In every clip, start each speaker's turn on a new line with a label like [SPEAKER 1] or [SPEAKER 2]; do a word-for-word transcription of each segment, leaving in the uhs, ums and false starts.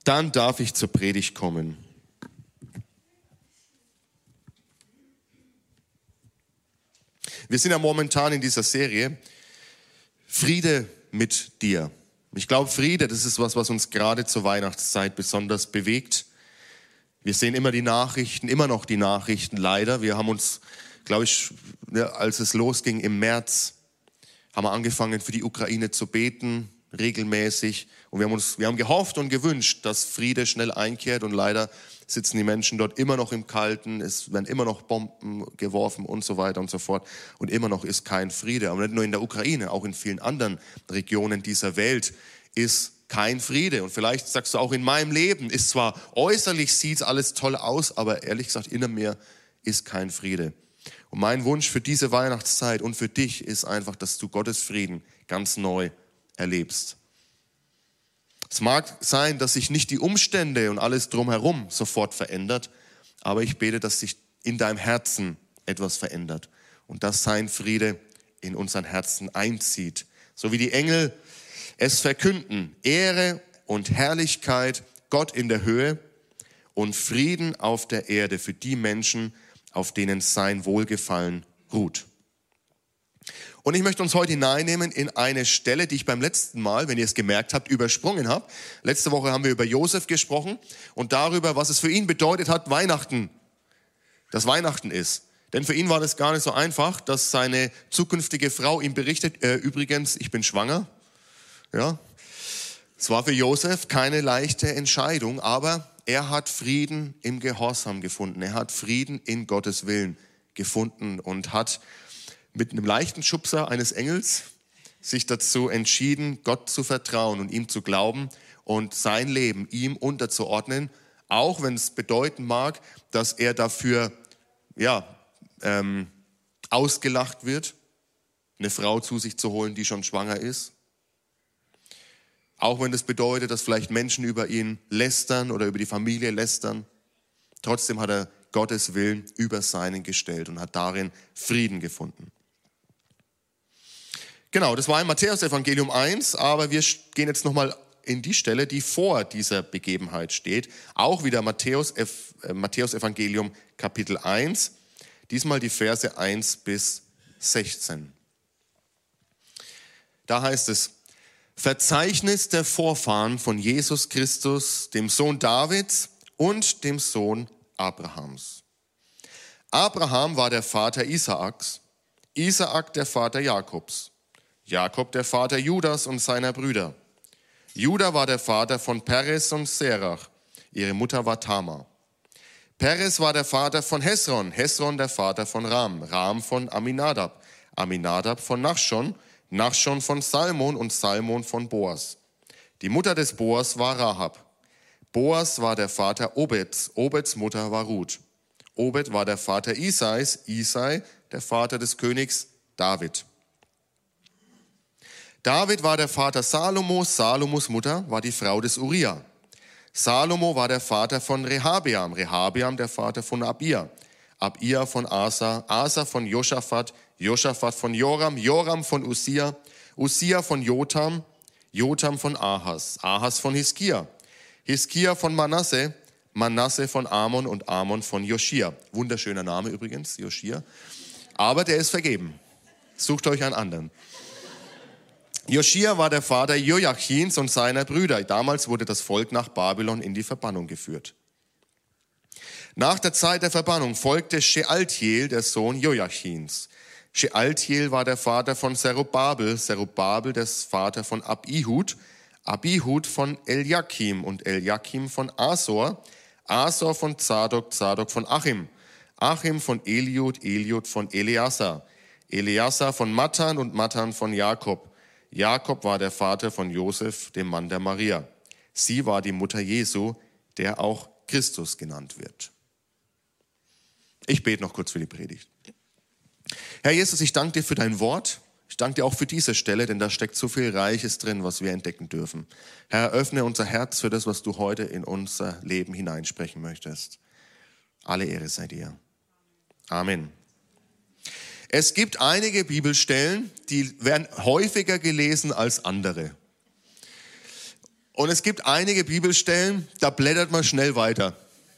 [SPEAKER 1] Dann darf ich zur Predigt kommen. Wir sind ja momentan in dieser Serie Friede mit dir. Ich glaube, Friede, das ist was, was uns gerade zur Weihnachtszeit besonders bewegt. Wir sehen immer die Nachrichten, immer noch die Nachrichten, leider. Wir haben uns, glaube ich, als es losging im März, haben wir angefangen, für die Ukraine zu beten, regelmäßig. Und wir haben uns, wir haben gehofft und gewünscht, dass Friede schnell einkehrt. Und leider sitzen die Menschen dort immer noch im Kalten. Es werden immer noch Bomben geworfen und so weiter und so fort. Und immer noch ist kein Friede. Aber nicht nur in der Ukraine, auch in vielen anderen Regionen dieser Welt ist kein Friede. Und vielleicht sagst du auch, in meinem Leben ist zwar äußerlich sieht alles toll aus, aber ehrlich gesagt, in mir ist kein Friede. Und mein Wunsch für diese Weihnachtszeit und für dich ist einfach, dass du Gottes Frieden ganz neu erlebst. Es mag sein, dass sich nicht die Umstände und alles drumherum sofort verändert, aber ich bete, dass sich in deinem Herzen etwas verändert und dass sein Friede in unseren Herzen einzieht. So wie die Engel es verkünden, Ehre und Herrlichkeit Gott in der Höhe und Frieden auf der Erde für die Menschen, auf denen sein Wohlgefallen ruht. Und ich möchte uns heute hineinnehmen in eine Stelle, die ich beim letzten Mal, wenn ihr es gemerkt habt, übersprungen habe. Letzte Woche haben wir über Josef gesprochen und darüber, was es für ihn bedeutet hat, Weihnachten, dass Weihnachten ist. Denn für ihn war das gar nicht so einfach, dass seine zukünftige Frau ihm berichtet, äh, übrigens, ich bin schwanger. Ja, es war für Josef keine leichte Entscheidung, aber er hat Frieden im Gehorsam gefunden. Er hat Frieden in Gottes Willen gefunden und hat mit einem leichten Schubser eines Engels sich dazu entschieden, Gott zu vertrauen und ihm zu glauben und sein Leben ihm unterzuordnen, auch wenn es bedeuten mag, dass er dafür ja, ähm, ausgelacht wird, eine Frau zu sich zu holen, die schon schwanger ist. Auch wenn das bedeutet, dass vielleicht Menschen über ihn lästern oder über die Familie lästern. Trotzdem hat er Gottes Willen über seinen gestellt und hat darin Frieden gefunden. Genau, das war im Matthäus-Evangelium eins, aber wir gehen jetzt nochmal in die Stelle, die vor dieser Begebenheit steht. Auch wieder Matthäus, äh, Matthäus-Evangelium Kapitel eins, diesmal die Verse eins bis sechzehn. Da heißt es: Verzeichnis der Vorfahren von Jesus Christus, dem Sohn Davids und dem Sohn Abrahams. Abraham war der Vater Isaaks, Isaak der Vater Jakobs, Jakob der Vater Judas und seiner Brüder. Juda war der Vater von Perez und Serach, ihre Mutter war Tamar. Perez war der Vater von Hesron, Hesron der Vater von Ram, Ram von Aminadab, Aminadab von Nachschon, Nachschon von Salmon und Salmon von Boas. Die Mutter des Boas war Rahab. Boas war der Vater Obeds, Obeds Mutter war Ruth. Obed war der Vater Isais, Isai der Vater des Königs David. David war der Vater Salomos, Salomos Mutter war die Frau des Uriah. Salomo war der Vater von Rehabeam, Rehabeam der Vater von Abia. Abia von Asa, Asa von Josaphat, Josaphat von Joram, Joram von Usia, Usia von Jotam, Jotam von Ahas, Ahas von Hiskia, Hiskia von Manasse, Manasse von Amon und Amon von Joschia. Wunderschöner Name übrigens, Joschia. Aber der ist vergeben. Sucht euch einen anderen. Joschia war der Vater Joachins und seiner Brüder. Damals wurde das Volk nach Babylon in die Verbannung geführt. Nach der Zeit der Verbannung folgte Shealtiel, der Sohn Joachins. Shealtiel war der Vater von Zerubabel, Zerubabel der Vater von Abihud, Abihud von Eliakim und Eliakim von Asor, Asor von Zadok, Zadok von Achim, Achim von Eliud, Eliud von Eleazar, Eleazar von Matan und Matan von Jakob. Jakob war der Vater von Josef, dem Mann der Maria. Sie war die Mutter Jesu, der auch Christus genannt wird. Ich bete noch kurz für die Predigt. Herr Jesus, ich danke dir für dein Wort. Ich danke dir auch für diese Stelle, denn da steckt so viel Reiches drin, was wir entdecken dürfen. Herr, öffne unser Herz für das, was du heute in unser Leben hineinsprechen möchtest. Alle Ehre sei dir. Amen. Es gibt einige Bibelstellen, die werden häufiger gelesen als andere. Und es gibt einige Bibelstellen, da blättert man schnell weiter.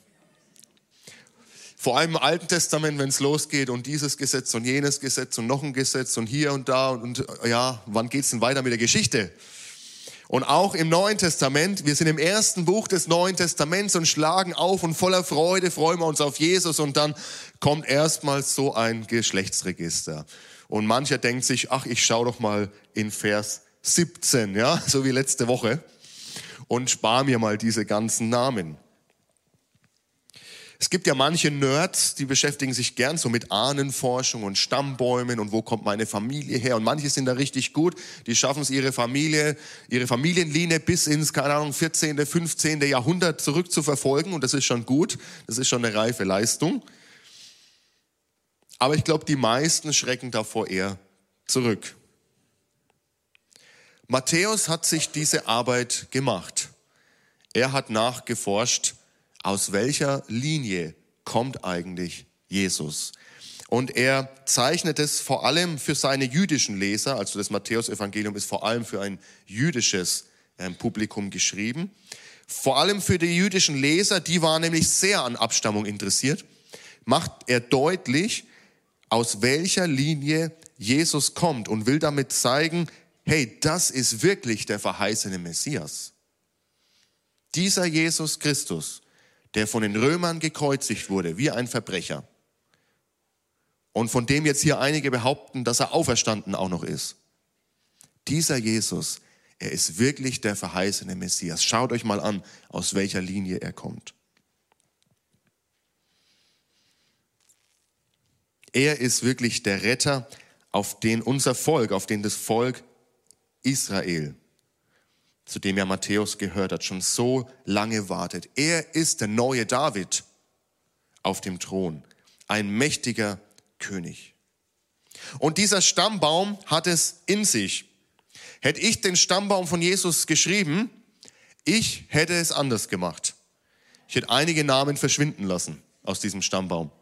[SPEAKER 1] Vor allem im Alten Testament, wenn es losgeht und dieses Gesetz und jenes Gesetz und noch ein Gesetz und hier und da und, und ja, wann geht's denn weiter mit der Geschichte? Und auch im Neuen Testament, wir sind im ersten Buch des Neuen Testaments und schlagen auf und voller Freude freuen wir uns auf Jesus und dann kommt erstmals so ein Geschlechtsregister. Und mancher denkt sich, ach, ich schaue doch mal in Vers siebzehn, ja, so wie letzte Woche und spare mir mal diese ganzen Namen. Es gibt ja manche Nerds, die beschäftigen sich gern so mit Ahnenforschung und Stammbäumen und wo kommt meine Familie her. Und manche sind da richtig gut, die schaffen es, ihre Familie, ihre Familienlinie bis ins, keine Ahnung, vierzehnten, fünfzehnten Jahrhundert zurück zu verfolgen. Und das ist schon gut, das ist schon eine reife Leistung. Aber ich glaube, die meisten schrecken davor eher zurück. Matthäus hat sich diese Arbeit gemacht. Er hat nachgeforscht, aus welcher Linie kommt eigentlich Jesus? Und er zeichnet es vor allem für seine jüdischen Leser, also das Matthäus-Evangelium ist vor allem für ein jüdisches Publikum geschrieben. Vor allem für die jüdischen Leser, die waren nämlich sehr an Abstammung interessiert, macht er deutlich, aus welcher Linie Jesus kommt und will damit zeigen, hey, das ist wirklich der verheißene Messias. Dieser Jesus Christus, der von den Römern gekreuzigt wurde, wie ein Verbrecher. Und von dem jetzt hier einige behaupten, dass er auferstanden auch noch ist. Dieser Jesus, er ist wirklich der verheißene Messias. Schaut euch mal an, aus welcher Linie er kommt. Er ist wirklich der Retter, auf den unser Volk, auf den das Volk Israel, zu dem ja Matthäus gehört hat, schon so lange wartet. Er ist der neue David auf dem Thron, ein mächtiger König. Und dieser Stammbaum hat es in sich. Hätte ich den Stammbaum von Jesus geschrieben, ich hätte es anders gemacht. Ich hätte einige Namen verschwinden lassen aus diesem Stammbaum.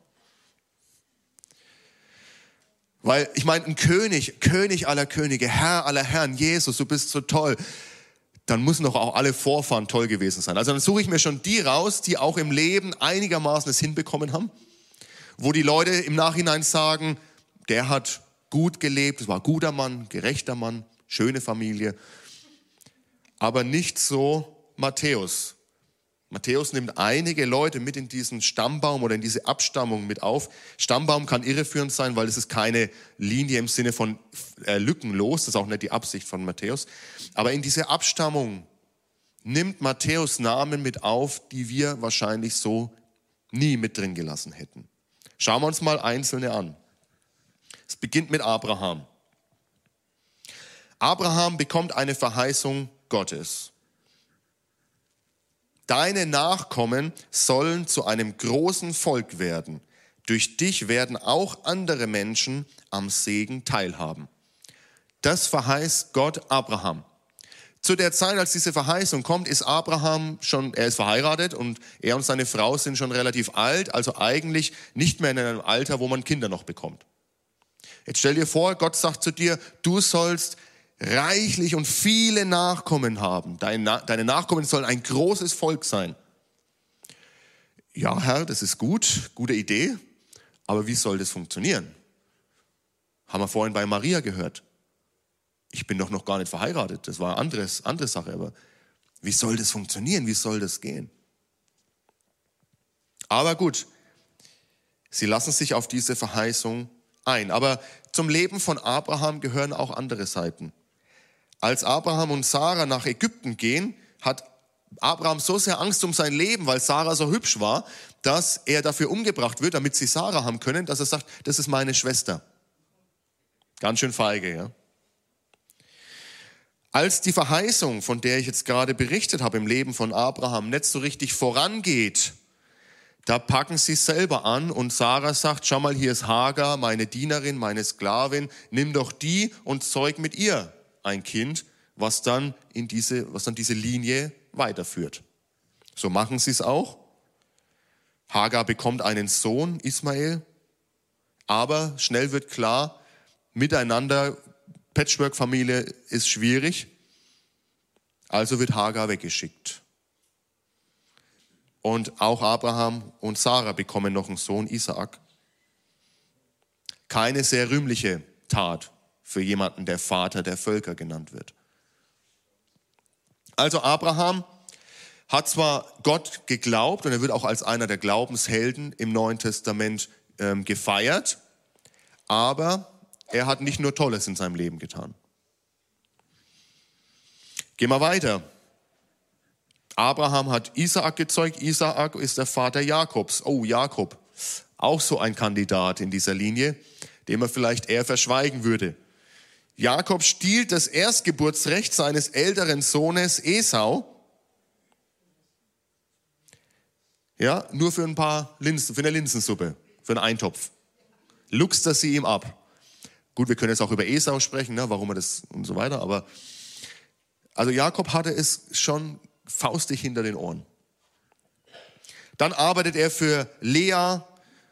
[SPEAKER 1] Weil, ich meine, ein König, König aller Könige, Herr aller Herren, Jesus, du bist so toll. Dann müssen doch auch alle Vorfahren toll gewesen sein. Also dann suche ich mir schon die raus, die auch im Leben einigermaßen es hinbekommen haben, wo die Leute im Nachhinein sagen, der hat gut gelebt, das war ein guter Mann, gerechter Mann, schöne Familie, aber nicht so Matthäus. Matthäus nimmt einige Leute mit in diesen Stammbaum oder in diese Abstammung mit auf. Stammbaum kann irreführend sein, weil es ist keine Linie im Sinne von äh, lückenlos, das ist auch nicht die Absicht von Matthäus. Aber in diese Abstammung nimmt Matthäus Namen mit auf, die wir wahrscheinlich so nie mit drin gelassen hätten. Schauen wir uns mal einzelne an. Es beginnt mit Abraham. Abraham bekommt eine Verheißung Gottes. Deine Nachkommen sollen zu einem großen Volk werden. Durch dich werden auch andere Menschen am Segen teilhaben. Das verheißt Gott Abraham. Zu der Zeit, als diese Verheißung kommt, ist Abraham schon, er ist verheiratet und er und seine Frau sind schon relativ alt, also eigentlich nicht mehr in einem Alter, wo man Kinder noch bekommt. Jetzt stell dir vor, Gott sagt zu dir, du sollst reichlich und viele Nachkommen haben. Deine, deine Nachkommen sollen ein großes Volk sein. Ja, Herr, das ist gut, gute Idee, aber wie soll das funktionieren? Haben wir vorhin bei Maria gehört. Ich bin doch noch gar nicht verheiratet, das war eine anderes, andere Sache, aber wie soll das funktionieren, wie soll das gehen? Aber gut, sie lassen sich auf diese Verheißung ein. Aber zum Leben von Abraham gehören auch andere Seiten. Als Abraham und Sarah nach Ägypten gehen, hat Abraham so sehr Angst um sein Leben, weil Sarah so hübsch war, dass er dafür umgebracht wird, damit sie Sarah haben können, dass er sagt, das ist meine Schwester. Ganz schön feige, ja. Als die Verheißung, von der ich jetzt gerade berichtet habe, im Leben von Abraham nicht so richtig vorangeht, da packen sie es selber an und Sarah sagt, schau mal, hier ist Hagar, meine Dienerin, meine Sklavin, nimm doch die und zeug mit ihr ein Kind, was dann in diese, was dann diese Linie weiterführt. So machen sie es auch. Hagar bekommt einen Sohn, Ismael, aber schnell wird klar, miteinander, Patchwork-Familie ist schwierig. Also wird Hagar weggeschickt. Und auch Abraham und Sarah bekommen noch einen Sohn, Isaak. Keine sehr rühmliche Tat für jemanden, der Vater der Völker genannt wird. Also Abraham hat zwar Gott geglaubt und er wird auch als einer der Glaubenshelden im Neuen Testament ähm, gefeiert, aber er hat nicht nur Tolles in seinem Leben getan. Gehen wir weiter. Abraham hat Isaak gezeugt. Isaak ist der Vater Jakobs. Oh, Jakob, auch so ein Kandidat in dieser Linie, den man vielleicht eher verschweigen würde. Jakob stiehlt das Erstgeburtsrecht seines älteren Sohnes Esau. Ja, nur für ein paar Linsen, für eine Linsensuppe, für einen Eintopf. Luchst das sie ihm ab. Gut, wir können jetzt auch über Esau sprechen, ne, warum er das und so weiter, aber also Jakob hatte es schon faustig hinter den Ohren. Dann arbeitet er für Lea,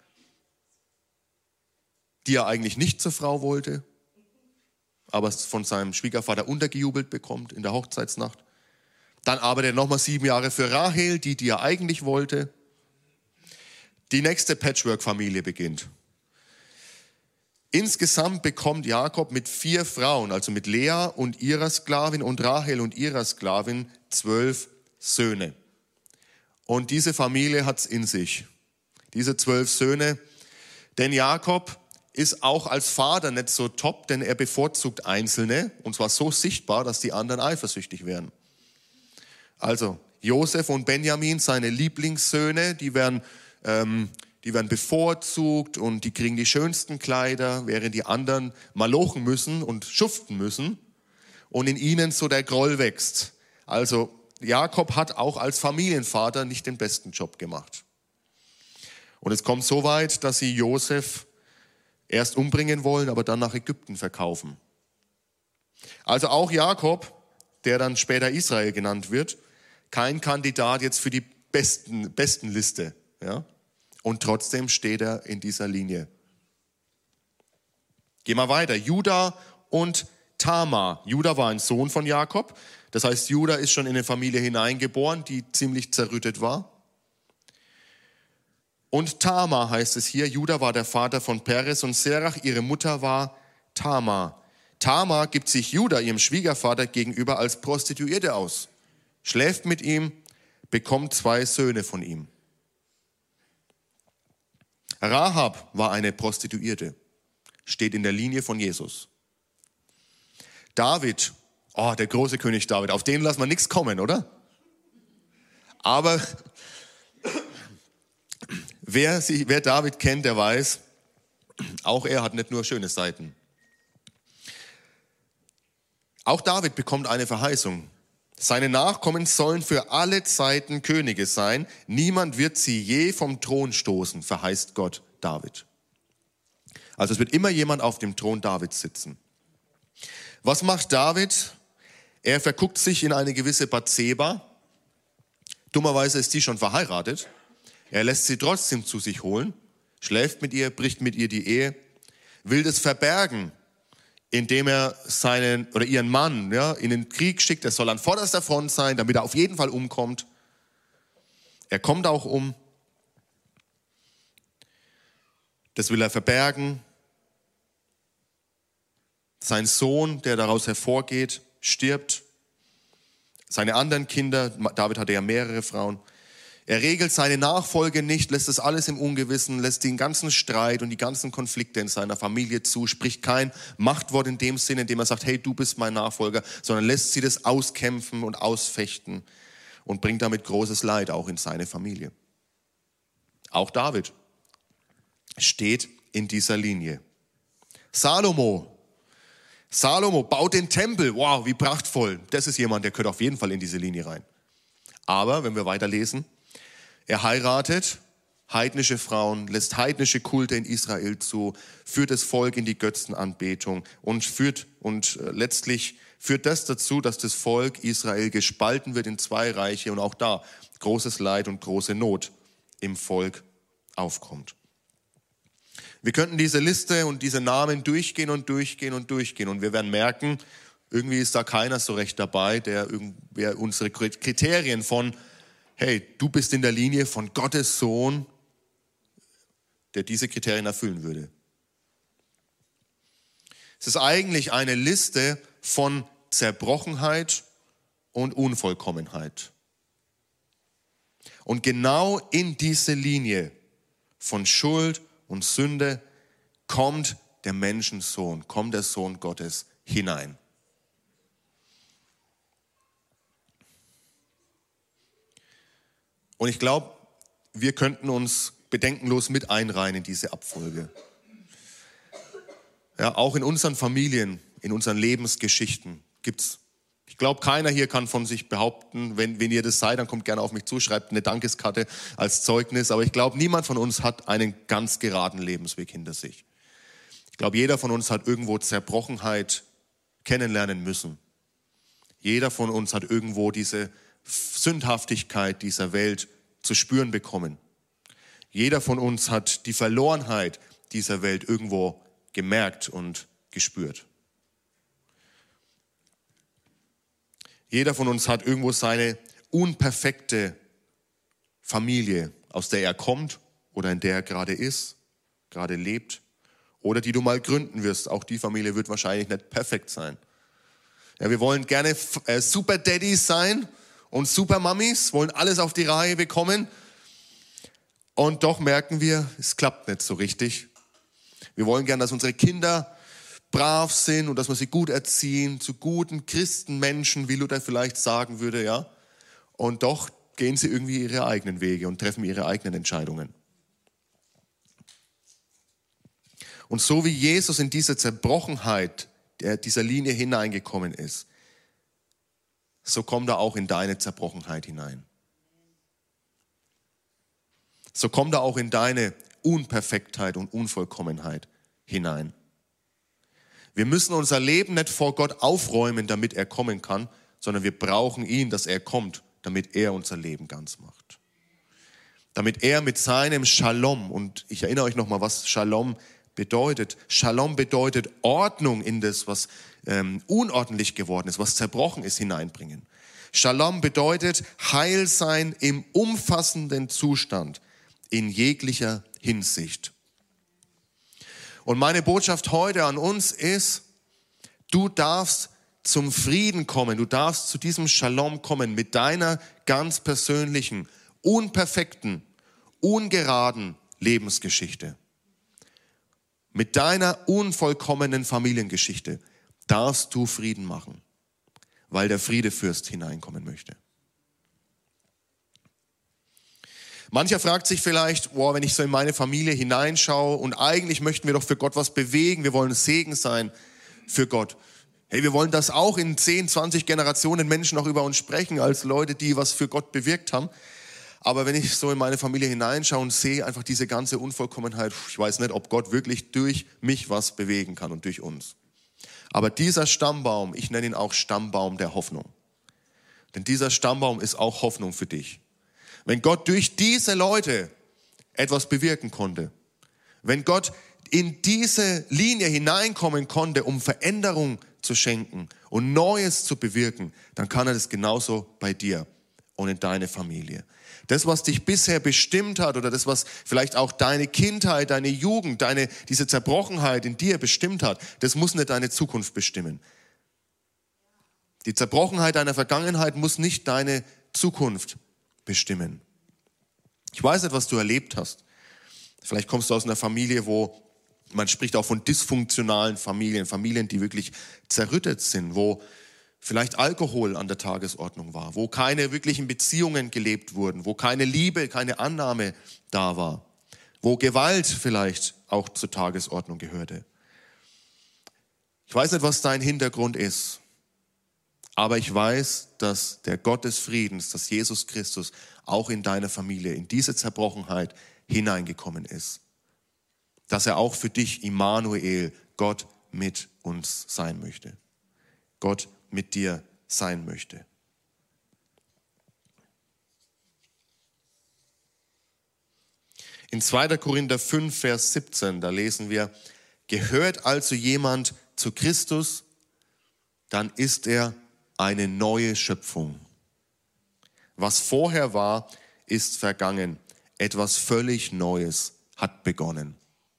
[SPEAKER 1] die er eigentlich nicht zur Frau wollte, aber es von seinem Schwiegervater untergejubelt bekommt in der Hochzeitsnacht. Dann arbeitet er nochmal sieben Jahre für Rahel, die, die er eigentlich wollte. Die nächste Patchwork-Familie beginnt. Insgesamt bekommt Jakob mit vier Frauen, also mit Lea und ihrer Sklavin und Rahel und ihrer Sklavin, zwölf Söhne. Und diese Familie hat's in sich. Diese zwölf Söhne. Denn Jakob ist auch als Vater nicht so top, denn er bevorzugt Einzelne. Und zwar so sichtbar, dass die anderen eifersüchtig werden. Also Josef und Benjamin, seine Lieblingssöhne, die werden, ähm, die werden bevorzugt und die kriegen die schönsten Kleider, während die anderen malochen müssen und schuften müssen und in ihnen so der Groll wächst. Also Jakob hat auch als Familienvater nicht den besten Job gemacht. Und es kommt so weit, dass sie Josef erst umbringen wollen, aber dann nach Ägypten verkaufen. Also auch Jakob, der dann später Israel genannt wird, kein Kandidat jetzt für die besten, besten Liste. Ja? Und trotzdem steht er in dieser Linie. Gehen wir weiter. Juda und Tamar. Juda war ein Sohn von Jakob. Das heißt, Juda ist schon in eine Familie hineingeboren, die ziemlich zerrüttet war. Und Tamar heißt es hier. Juda war der Vater von Perez und Serach. Ihre Mutter war Tamar. Tamar gibt sich Juda, ihrem Schwiegervater, gegenüber als Prostituierte aus. Schläft mit ihm, bekommt zwei Söhne von ihm. Rahab war eine Prostituierte, steht in der Linie von Jesus. David, oh, der große König David, auf den lassen wir nichts kommen, oder? Aber wer, sie, wer David kennt, der weiß, auch er hat nicht nur schöne Seiten. Auch David bekommt eine Verheißung. Seine Nachkommen sollen für alle Zeiten Könige sein. Niemand wird sie je vom Thron stoßen, verheißt Gott David. Also es wird immer jemand auf dem Thron Davids sitzen. Was macht David? Er verguckt sich in eine gewisse Bathseba. Dummerweise ist die schon verheiratet. Er lässt sie trotzdem zu sich holen, schläft mit ihr, bricht mit ihr die Ehe, will das verbergen, indem er seinen oder ihren Mann ja, in den Krieg schickt. Er soll an vorderster Front sein, damit er auf jeden Fall umkommt. Er kommt auch um. Das will er verbergen. Sein Sohn, der daraus hervorgeht, stirbt. Seine anderen Kinder, David hatte ja mehrere Frauen. Er regelt seine Nachfolge nicht, lässt das alles im Ungewissen, lässt den ganzen Streit und die ganzen Konflikte in seiner Familie zu, spricht kein Machtwort in dem Sinne, indem er sagt, hey, du bist mein Nachfolger, sondern lässt sie das auskämpfen und ausfechten und bringt damit großes Leid auch in seine Familie. Auch David steht in dieser Linie. Salomo. Salomo baut den Tempel. Wow, wie prachtvoll. Das ist jemand, der gehört auf jeden Fall in diese Linie rein. Aber, wenn wir weiterlesen, er heiratet heidnische Frauen, lässt heidnische Kulte in Israel zu, führt das Volk in die Götzenanbetung und führt und letztlich führt das dazu, dass das Volk Israel gespalten wird in zwei Reiche und auch da großes Leid und große Not im Volk aufkommt. Wir könnten diese Liste und diese Namen durchgehen und durchgehen und durchgehen und wir werden merken, Irgendwie ist da keiner so recht dabei, der irgendwie unsere Kriterien von, hey, du bist in der Linie von Gottes Sohn, der diese Kriterien erfüllen würde. Es ist eigentlich eine Liste von Zerbrochenheit und Unvollkommenheit. Und genau in diese Linie von Schuld und Sünde kommt der Menschensohn, kommt der Sohn Gottes hinein. Und ich glaube, wir könnten uns bedenkenlos mit einreihen in diese Abfolge. Ja, auch in unseren Familien, in unseren Lebensgeschichten gibt's. Ich glaube, keiner hier kann von sich behaupten, wenn, wenn ihr das seid, dann kommt gerne auf mich zu, schreibt eine Dankeskarte als Zeugnis. Aber ich glaube, niemand von uns hat einen ganz geraden Lebensweg hinter sich. Ich glaube, jeder von uns hat irgendwo Zerbrochenheit kennenlernen müssen. Jeder von uns hat irgendwo diese Sündhaftigkeit dieser Welt zu spüren bekommen. Jeder von uns hat die Verlorenheit dieser Welt irgendwo gemerkt und gespürt. Jeder von uns hat irgendwo seine unperfekte Familie, aus der er kommt oder in der er gerade ist, gerade lebt oder die du mal gründen wirst. Auch die Familie wird wahrscheinlich nicht perfekt sein. Ja, wir wollen gerne äh, Super Daddys sein und Super Mummies, wollen alles auf die Reihe bekommen und doch merken wir, es klappt nicht so richtig. Wir wollen gerne, dass unsere Kinder brav sind und dass wir sie gut erziehen, zu guten Christenmenschen, wie Luther vielleicht sagen würde, ja. Und doch gehen sie irgendwie ihre eigenen Wege und treffen ihre eigenen Entscheidungen. Und so wie Jesus in diese Zerbrochenheit der dieser Linie hineingekommen ist, so kommt er auch in deine Zerbrochenheit hinein. So kommt er auch in deine Unperfektheit und Unvollkommenheit hinein. Wir müssen unser Leben nicht vor Gott aufräumen, damit er kommen kann, sondern wir brauchen ihn, dass er kommt, damit er unser Leben ganz macht. Damit er mit seinem Shalom, und ich erinnere euch nochmal, was Shalom bedeutet. Shalom bedeutet Ordnung in das, was ähm, unordentlich geworden ist, was zerbrochen ist, hineinbringen. Shalom bedeutet Heilsein im umfassenden Zustand, in jeglicher Hinsicht. Und meine Botschaft heute an uns ist, du darfst zum Frieden kommen, du darfst zu diesem Shalom kommen mit deiner ganz persönlichen, unperfekten, ungeraden Lebensgeschichte. Mit deiner unvollkommenen Familiengeschichte darfst du Frieden machen, weil der Friedefürst hineinkommen möchte. Mancher fragt sich vielleicht, boah, wenn ich so in meine Familie hineinschaue und eigentlich möchten wir doch für Gott was bewegen, wir wollen Segen sein für Gott. Hey, wir wollen das auch in zehn, zwanzig Generationen Menschen noch über uns sprechen, als Leute, die was für Gott bewirkt haben. Aber wenn ich so in meine Familie hineinschaue und sehe einfach diese ganze Unvollkommenheit, ich weiß nicht, ob Gott wirklich durch mich was bewegen kann und durch uns. Aber dieser Stammbaum, ich nenne ihn auch Stammbaum der Hoffnung. Denn dieser Stammbaum ist auch Hoffnung für dich. Wenn Gott durch diese Leute etwas bewirken konnte, wenn Gott in diese Linie hineinkommen konnte, um Veränderung zu schenken und Neues zu bewirken, dann kann er das genauso bei dir und in deine Familie. Das, was dich bisher bestimmt hat oder das, was vielleicht auch deine Kindheit, deine Jugend, deine, diese Zerbrochenheit in dir bestimmt hat, das muss nicht deine Zukunft bestimmen. Die Zerbrochenheit deiner Vergangenheit muss nicht deine Zukunft bestimmen. Ich weiß nicht, was du erlebt hast. Vielleicht kommst du aus einer Familie, wo man spricht auch von dysfunktionalen Familien, Familien, die wirklich zerrüttet sind, wo vielleicht Alkohol an der Tagesordnung war, wo keine wirklichen Beziehungen gelebt wurden, wo keine Liebe, keine Annahme da war, wo Gewalt vielleicht auch zur Tagesordnung gehörte. Ich weiß nicht, was dein Hintergrund ist, aber ich weiß, dass der Gott des Friedens, dass Jesus Christus auch in deine Familie, in diese Zerbrochenheit hineingekommen ist. Dass er auch für dich, Immanuel, Gott mit uns sein möchte. Gott mit dir sein möchte. In zweiter Korinther fünf, Vers siebzehn, da lesen wir, gehört also jemand zu Christus, dann ist er eine neue Schöpfung. Was vorher war, ist vergangen. Etwas völlig Neues hat begonnen.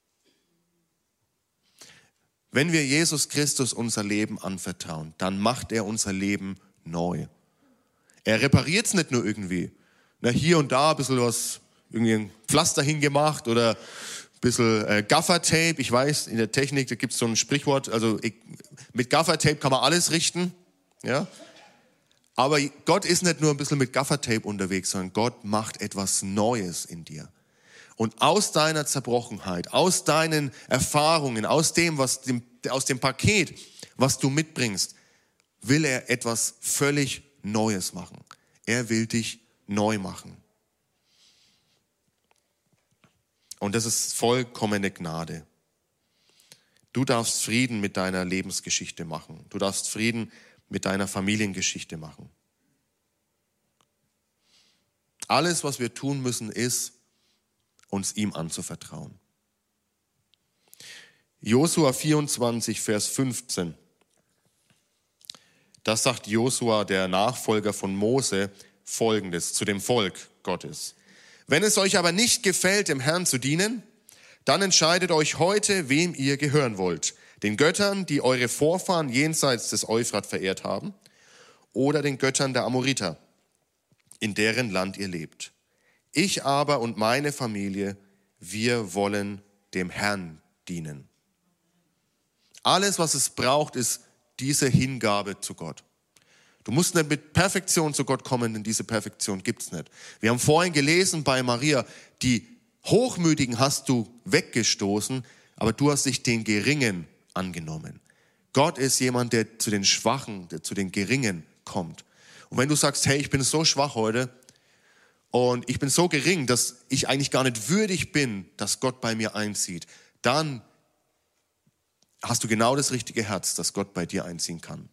[SPEAKER 1] Wenn wir Jesus Christus unser Leben anvertrauen, dann macht er unser Leben neu. Er repariert es nicht nur irgendwie. Na, hier und da ein bisschen was, irgendwie ein Pflaster hingemacht oder ein bisschen äh, Gaffertape. Ich weiß, in der Technik, da gibt es so ein Sprichwort, also ich, mit Gaffertape kann man alles richten. Ja? Aber Gott ist nicht nur ein bisschen mit Gaffertape unterwegs, sondern Gott macht etwas Neues in dir. Und aus deiner Zerbrochenheit, aus deinen Erfahrungen, aus dem, was dem, aus dem Paket, was du mitbringst, will er etwas völlig Neues machen. Er will dich neu machen. Und das ist vollkommene Gnade. Du darfst Frieden mit deiner Lebensgeschichte machen. Du darfst Frieden mit deiner Familiengeschichte machen. Alles, was wir tun müssen, ist, uns ihm anzuvertrauen. Josua vierundzwanzig, Vers fünfzehn. Das sagt Josua, der Nachfolger von Mose, Folgendes zu dem Volk Gottes. Wenn es euch aber nicht gefällt, dem Herrn zu dienen, dann entscheidet euch heute, wem ihr gehören wollt. Den Göttern, die eure Vorfahren jenseits des Euphrat verehrt haben, oder den Göttern der Amoriter, in deren Land ihr lebt. Ich aber und meine Familie, wir wollen dem Herrn dienen. Alles, was es braucht, ist diese Hingabe zu Gott. Du musst nicht mit Perfektion zu Gott kommen, denn diese Perfektion gibt es nicht. Wir haben vorhin gelesen bei Maria, die Hochmütigen hast du weggestoßen, aber du hast dich den Geringen angenommen. Gott ist jemand, der zu den Schwachen, der zu den Geringen kommt. Und wenn du sagst, hey, ich bin so schwach heute und ich bin so gering, dass ich eigentlich gar nicht würdig bin, dass Gott bei mir einzieht, dann hast du genau das richtige Herz, dass Gott bei dir einziehen kann.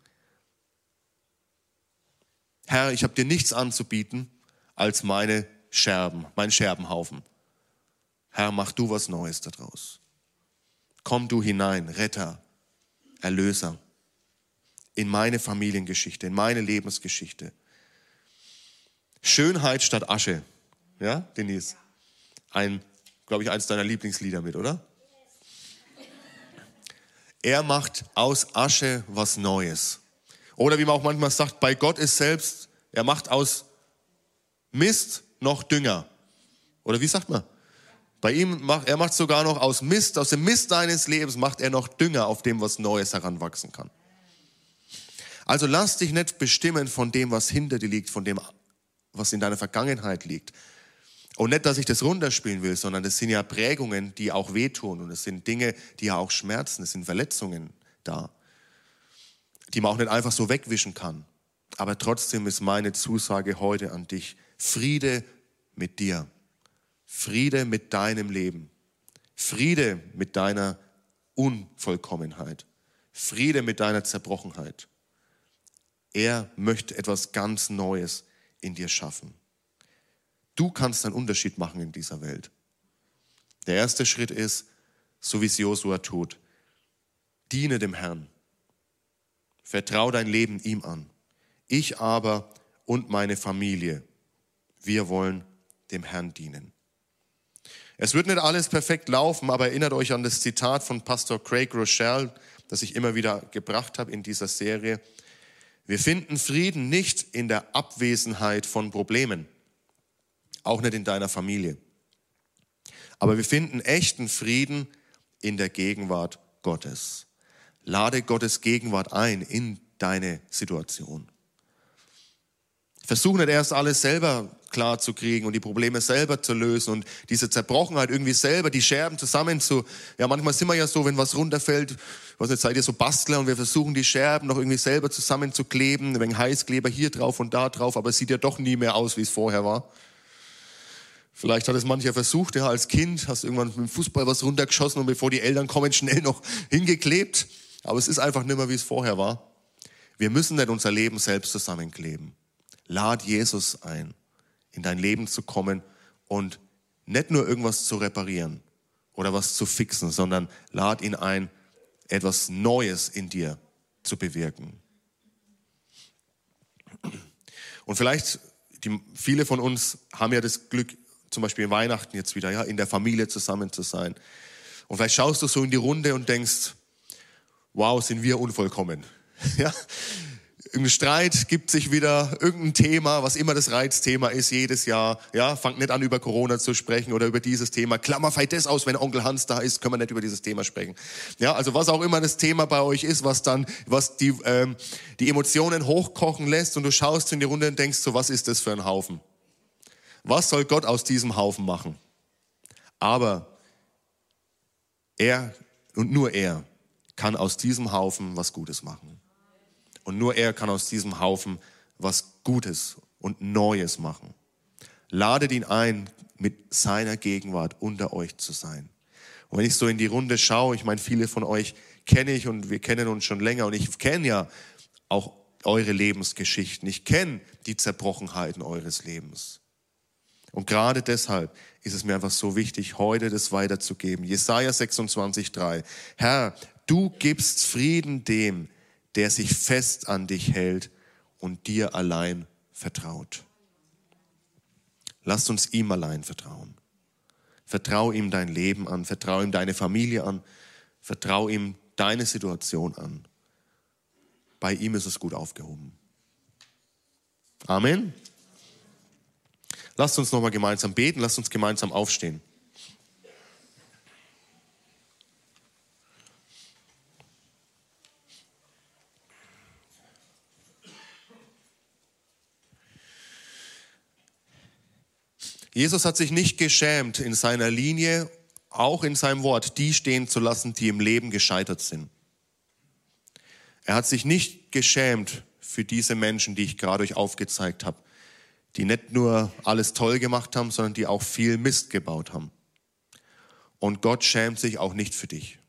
[SPEAKER 1] Herr, ich habe dir nichts anzubieten als meine Scherben, mein Scherbenhaufen. Herr, mach du was Neues daraus. Komm du hinein, Retter, Erlöser, in meine Familiengeschichte, in meine Lebensgeschichte. Schönheit statt Asche. Ja, Denise? Ein, glaube ich, eins deiner Lieblingslieder mit, oder? Er macht aus Asche was Neues. Oder wie man auch manchmal sagt, bei Gott ist selbst, er macht aus Mist noch Dünger. Oder wie sagt man? Bei ihm macht er macht sogar noch aus Mist, aus dem Mist deines Lebens macht er noch Dünger, auf dem was Neues heranwachsen kann. Also lass dich nicht bestimmen von dem, was hinter dir liegt, von dem, was in deiner Vergangenheit liegt. Und nicht, dass ich das runterspielen will, sondern das sind ja Prägungen, die auch wehtun. Und es sind Dinge, die ja auch schmerzen. Es sind Verletzungen da, die man auch nicht einfach so wegwischen kann. Aber trotzdem ist meine Zusage heute an dich: Friede mit dir. Friede mit deinem Leben. Friede mit deiner Unvollkommenheit. Friede mit deiner Zerbrochenheit. Er möchte etwas ganz Neues in dir schaffen. Du kannst einen Unterschied machen in dieser Welt. Der erste Schritt ist, so wie es Josua tut: Diene dem Herrn. Vertrau dein Leben ihm an. Ich aber und meine Familie, wir wollen dem Herrn dienen. Es wird nicht alles perfekt laufen, aber erinnert euch an das Zitat von Pastor Craig Rochelle, das ich immer wieder gebracht habe in dieser Serie. Wir finden Frieden nicht in der Abwesenheit von Problemen, auch nicht in deiner Familie. Aber wir finden echten Frieden in der Gegenwart Gottes. Lade Gottes Gegenwart ein in deine Situation. Versuch nicht erst alles selber klar zu kriegen und die Probleme selber zu lösen und diese Zerbrochenheit irgendwie selber, die Scherben zusammen zu, ja manchmal sind wir ja so, wenn was runterfällt, was jetzt seid ihr so Bastler und wir versuchen die Scherben noch irgendwie selber zusammenzukleben, ein wenig Heißkleber hier drauf und da drauf, aber es sieht ja doch nie mehr aus, wie es vorher war. Vielleicht hat es mancher versucht, ja, als Kind, hast irgendwann mit dem Fußball was runtergeschossen und bevor die Eltern kommen, schnell noch hingeklebt, aber es ist einfach nicht mehr, wie es vorher war. Wir müssen nicht unser Leben selbst zusammenkleben. Lad Jesus ein, in dein Leben zu kommen und nicht nur irgendwas zu reparieren oder was zu fixen, sondern lad ihn ein, etwas Neues in dir zu bewirken. Und vielleicht, die, viele von uns haben ja das Glück, zum Beispiel in Weihnachten jetzt wieder, ja, in der Familie zusammen zu sein. Und vielleicht schaust du so in die Runde und denkst, wow, sind wir unvollkommen. Ja? Irgendein Streit gibt sich wieder, irgendein Thema, was immer das Reizthema ist, jedes Jahr. Ja, fangt nicht an, über Corona zu sprechen oder über dieses Thema. Klammer vielleicht das aus, wenn Onkel Hans da ist, können wir nicht über dieses Thema sprechen. Ja, also was auch immer das Thema bei euch ist, was dann, was die, ähm, die Emotionen hochkochen lässt und du schaust in die Runde und denkst so, was ist das für ein Haufen? Was soll Gott aus diesem Haufen machen? Aber er und nur er kann aus diesem Haufen was Gutes machen. Und nur er kann aus diesem Haufen was Gutes und Neues machen. Ladet ihn ein, mit seiner Gegenwart unter euch zu sein. Und wenn ich so in die Runde schaue, ich meine, viele von euch kenne ich und wir kennen uns schon länger und ich kenne ja auch eure Lebensgeschichten. Ich kenne die Zerbrochenheiten eures Lebens. Und gerade deshalb ist es mir einfach so wichtig, heute das weiterzugeben. Jesaja sechsundzwanzig drei. Herr, du gibst Frieden dem, der sich fest an dich hält und dir allein vertraut. Lasst uns ihm allein vertrauen. Vertrau ihm dein Leben an, vertrau ihm deine Familie an, vertrau ihm deine Situation an. Bei ihm ist es gut aufgehoben. Amen. Lasst uns nochmal gemeinsam beten, lasst uns gemeinsam aufstehen. Jesus hat sich nicht geschämt, in seiner Linie, auch in seinem Wort, die stehen zu lassen, die im Leben gescheitert sind. Er hat sich nicht geschämt für diese Menschen, die ich gerade euch aufgezeigt habe, die nicht nur alles toll gemacht haben, sondern die auch viel Mist gebaut haben. Und Gott schämt sich auch nicht für dich.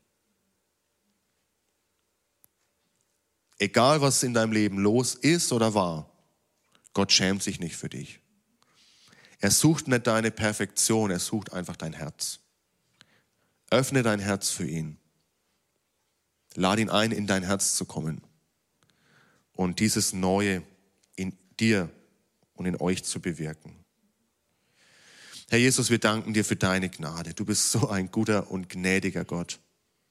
[SPEAKER 1] Egal, was in deinem Leben los ist oder war, Gott schämt sich nicht für dich. Er sucht nicht deine Perfektion, er sucht einfach dein Herz. Öffne dein Herz für ihn. Lade ihn ein, in dein Herz zu kommen und dieses Neue in dir und in euch zu bewirken. Herr Jesus, wir danken dir für deine Gnade. Du bist so ein guter und gnädiger Gott.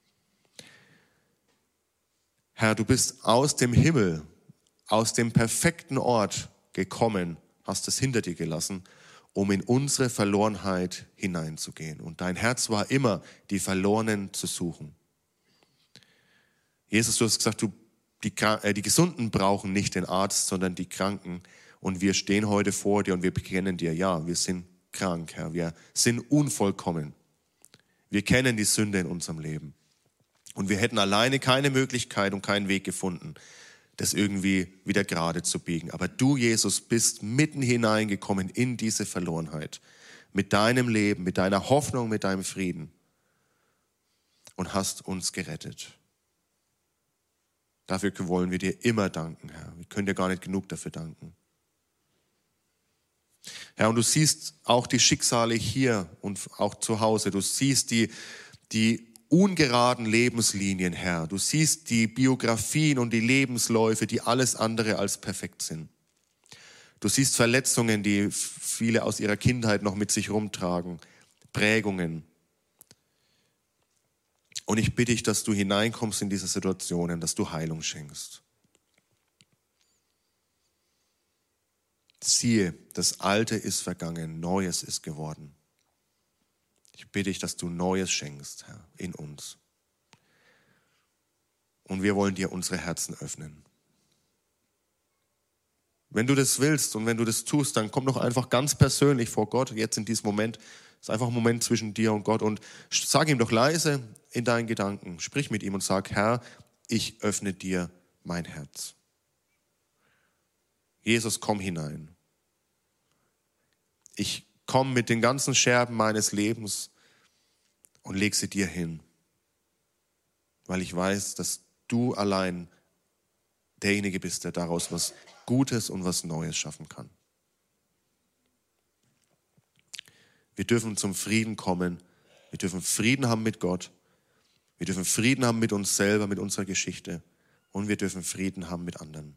[SPEAKER 1] Herr, du bist aus dem Himmel, aus dem perfekten Ort gekommen, hast es hinter dir gelassen, um in unsere Verlorenheit hineinzugehen. Und dein Herz war immer, die Verlorenen zu suchen. Jesus, du hast gesagt, du, die, äh, die Gesunden brauchen nicht den Arzt, sondern die Kranken. Und wir stehen heute vor dir und wir bekennen dir, ja, wir sind krank, Herr. Wir sind unvollkommen. Wir kennen die Sünde in unserem Leben. Und wir hätten alleine keine Möglichkeit und keinen Weg gefunden, das irgendwie wieder gerade zu biegen. Aber du, Jesus, bist mitten hineingekommen in diese Verlorenheit. Mit deinem Leben, mit deiner Hoffnung, mit deinem Frieden. Und hast uns gerettet. Dafür wollen wir dir immer danken, Herr. Wir können dir gar nicht genug dafür danken. Herr, und du siehst auch die Schicksale hier und auch zu Hause. Du siehst die, die ungeraden Lebenslinien, Herr. Du siehst die Biografien und die Lebensläufe, die alles andere als perfekt sind. Du siehst Verletzungen, die viele aus ihrer Kindheit noch mit sich rumtragen, Prägungen. Und ich bitte dich, dass du hineinkommst in diese Situationen, dass du Heilung schenkst. Siehe, das Alte ist vergangen, Neues ist geworden. Ich bitte dich, dass du Neues schenkst, Herr, in uns. Und wir wollen dir unsere Herzen öffnen. Wenn du das willst und wenn du das tust, dann komm doch einfach ganz persönlich vor Gott, jetzt in diesem Moment. Es ist einfach ein Moment zwischen dir und Gott und sag ihm doch leise in deinen Gedanken. Sprich mit ihm und sag, Herr, ich öffne dir mein Herz. Jesus, komm hinein. Ich komme mit den ganzen Scherben meines Lebens und leg sie dir hin, weil ich weiß, dass du allein derjenige bist, der daraus was Gutes und was Neues schaffen kann. Wir dürfen zum Frieden kommen. Wir dürfen Frieden haben mit Gott. Wir dürfen Frieden haben mit uns selber, mit unserer Geschichte. und wir dürfen Frieden haben mit anderen.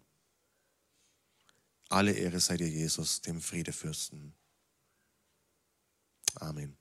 [SPEAKER 1] Alle Ehre sei dir, Jesus, dem Friedefürsten. Amen.